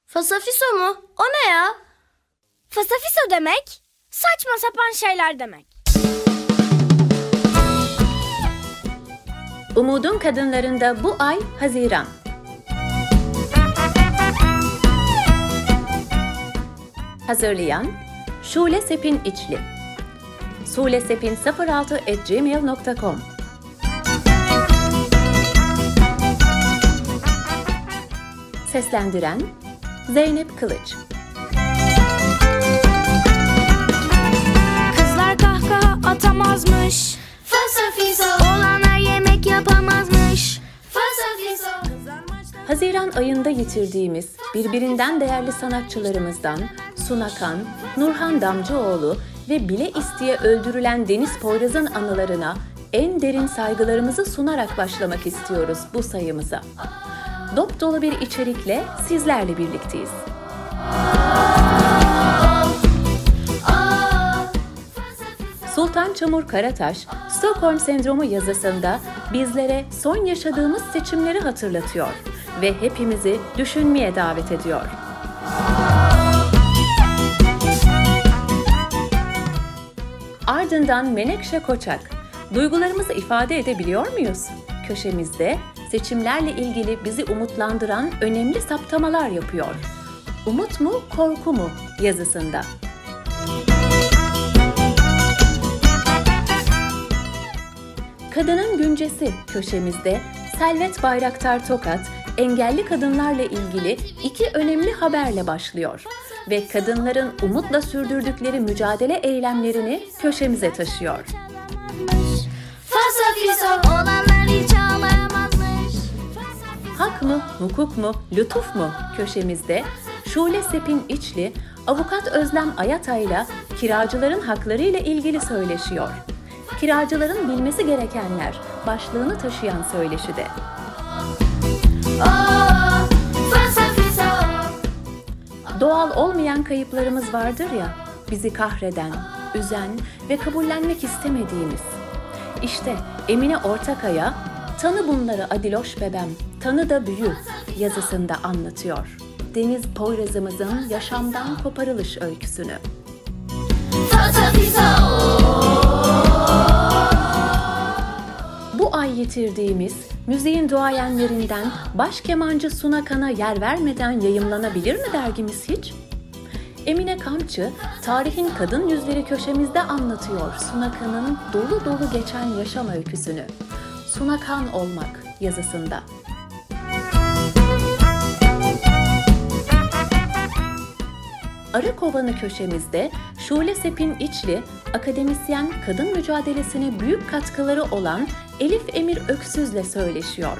Fasafiso mu? O ne ya? Fasafiso demek, saçma sapan şeyler demek. Umudun kadınlarında bu ay Haziran. Hazırlayan Şule Sepin İçli. sulesepin06@gmail.com. Seslendiren Zeynep Kılıç. Kızlar kahkaha atamazmış. Fasafiso. Oğlanlar yemek yapamazmış. Fasafiso. Haziran ayında yitirdiğimiz birbirinden değerli sanatçılarımızdan Suna Kan, Nurhan Damcıoğlu ve bile isteye öldürülen Deniz Poyraz'ın anılarına en derin saygılarımızı sunarak başlamak istiyoruz bu sayımıza. Dop dolu bir içerikle sizlerle birlikteyiz. Sultan Çamur Karataş, Stockholm Sendromu yazısında bizlere son yaşadığımız seçimleri hatırlatıyor ve hepimizi düşünmeye davet ediyor. Ardından Menekşe Koçak, duygularımızı ifade edebiliyor muyuz? Köşemizde seçimlerle ilgili bizi umutlandıran önemli saptamalar yapıyor. Umut mu, korku mu yazısında. Kadının Güncesi köşemizde Selvet Bayraktar Tokat, engelli kadınlarla ilgili 2 önemli haberle başlıyor ve kadınların umutla sürdürdükleri mücadele eylemlerini köşemize taşıyor. Fasafiso. Oğlanlar hiç ağlayamazmış. Hak mı, hukuk mu, lütuf mu köşemizde Şule Sepin İçli, Avukat Özlem Ayatay'la kiracıların hakları ile ilgili söyleşiyor. Kiracıların bilmesi gerekenler başlığını taşıyan söyleşide. Fasafiso. Doğal olmayan kayıplarımız vardır ya, bizi kahreden, üzen ve kabullenmek istemediğimiz. İşte Emine Ortakaya, "Tanı bunları Adiloş bebem, tanı da büyü" yazısında anlatıyor Deniz Poyraz'ımızın yaşamdan koparılış öyküsünü. Fasafiso. Bu ay yitirdiğimiz müziğin duayenlerinden baş kemancı Suna Kan'a yer vermeden yayımlanabilir mi dergimiz hiç? Emine Kamçı, tarihin kadın yüzleri köşemizde anlatıyor Suna Kan'ın dolu dolu geçen yaşam öyküsünü. Suna Kan olmak yazısında. Arı Kovanı köşemizde Şule Sepin İçli, akademisyen kadın mücadelesine büyük katkıları olan Elif Emir Öksüz'le söyleşiyor.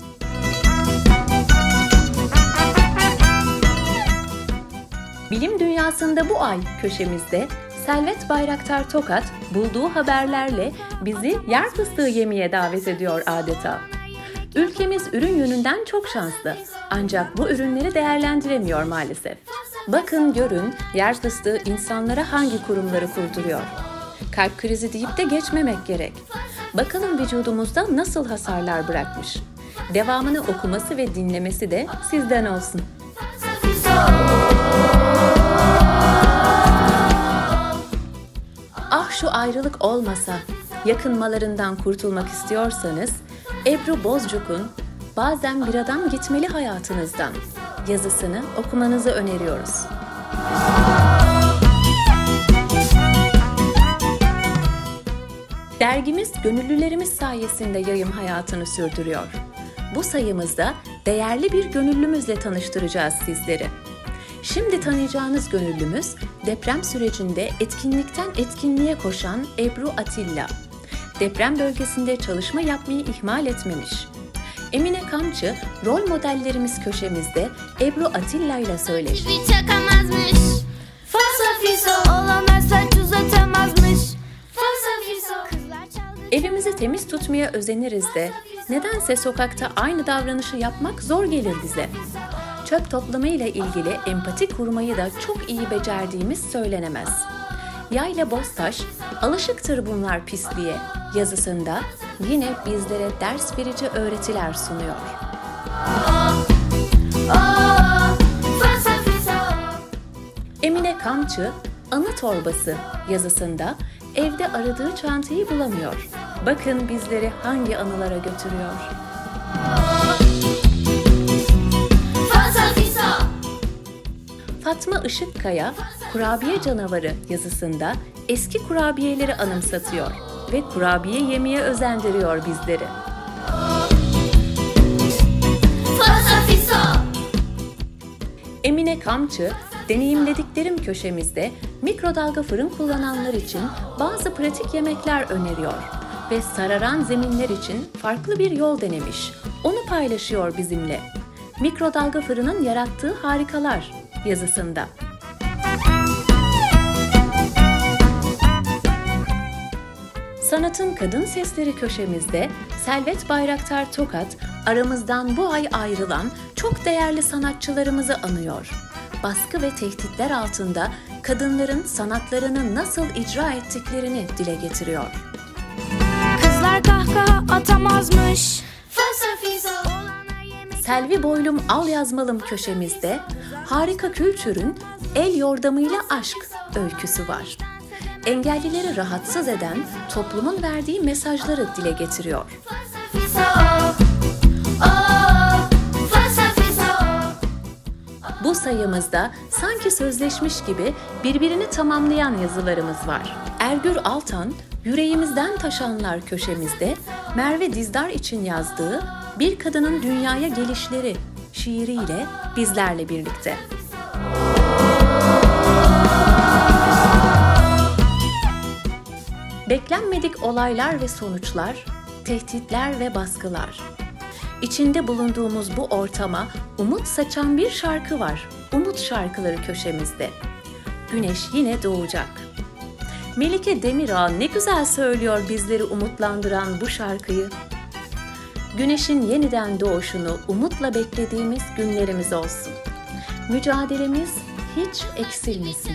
Bilim dünyasında bu ay köşemizde Selvet Bayraktar Tokat bulduğu haberlerle bizi yer fıstığı yemeye davet ediyor adeta. Ülkemiz ürün yönünden çok şanslı, ancak bu ürünleri değerlendiremiyor maalesef. Bakın görün, yer fıstığı insanlara hangi kurumları kurduruyor. Kalp krizi deyip de geçmemek gerek. Bakalım vücudumuzda nasıl hasarlar bırakmış. Devamını okuması ve dinlemesi de sizden olsun. Ah şu ayrılık olmasa, yakınmalarından kurtulmak istiyorsanız, Ebru Bozcuk'un "Bazen bir adam gitmeli hayatınızdan" yazısını okumanızı öneriyoruz. Dergimiz gönüllülerimiz sayesinde yayım hayatını sürdürüyor. Bu sayımızda değerli bir gönüllümüzle tanıştıracağız sizleri. Şimdi tanıyacağınız gönüllümüz, deprem sürecinde etkinlikten etkinliğe koşan Ebru Atilla. Deprem bölgesinde çalışma yapmayı ihmal etmemiş. Emine Kamçı, rol modellerimiz köşemizde Ebru Atilla ile söyleşti. Hiçbir çakamazmış. Fasafiso. Oğlanlar saç uzatamazmış. Fasafiso. Evimizi temiz tutmaya özeniriz de nedense sokakta aynı davranışı yapmak zor gelir bize. Çöp toplama ile ilgili empati kurmayı da çok iyi becerdiğimiz söylenemez. Yayla Boztaş, "Alışıktır bunlar pisliğe" yazısında yine bizlere ders verici öğretiler sunuyor. Fasafiso. Kamçı, Anı Torbası yazısında evde aradığı çantayı bulamıyor. Bakın bizleri hangi anılara götürüyor. Fasafiso. Fatma Işıkkaya, Kurabiye Canavarı yazısında eski kurabiyeleri anımsatıyor ve kurabiye yemeye özendiriyor bizleri. Fasafiso. Emine Kamçı, deneyimlediklerim köşemizde mikrodalga fırın kullananlar için bazı pratik yemekler öneriyor ve sararan zeminler için farklı bir yol denemiş. Onu paylaşıyor bizimle. Mikrodalga fırının yarattığı harikalar yazısında. Sanatın Kadın Sesleri köşemizde Selvet Bayraktar Tokat, aramızdan bu ay ayrılan çok değerli sanatçılarımızı anıyor. Baskı ve tehditler altında kadınların sanatlarını nasıl icra ettiklerini dile getiriyor. Kızlar kahkaha atamazmış. Fasafiso. Selvi Boylum Al Yazmalım köşemizde harika kültürün el yordamıyla aşk öyküsü var. Engellileri rahatsız eden toplumun verdiği mesajları dile getiriyor. Fasafiso. Oh, fasafiso. Bu sayımızda sanki sözleşmiş gibi birbirini tamamlayan yazılarımız var. Ergür Altan, Yüreğimizden Taşanlar köşemizde Merve Dizdar için yazdığı Bir Kadının Dünyaya Gelişleri şiiriyle bizlerle birlikte. Beklenmedik olaylar ve sonuçlar, tehditler ve baskılar. İçinde bulunduğumuz bu ortama umut saçan bir şarkı var. Umut şarkıları köşemizde. Güneş yine doğacak. Melike Demirağ ne güzel söylüyor bizleri umutlandıran bu şarkıyı. Güneşin yeniden doğuşunu umutla beklediğimiz günlerimiz olsun. Mücadelemiz hiç eksilmesin.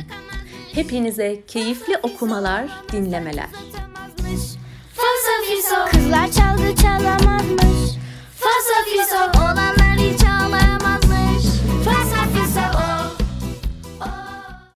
Hepinize keyifli okumalar, dinlemeler. Fasafiso. Kızlar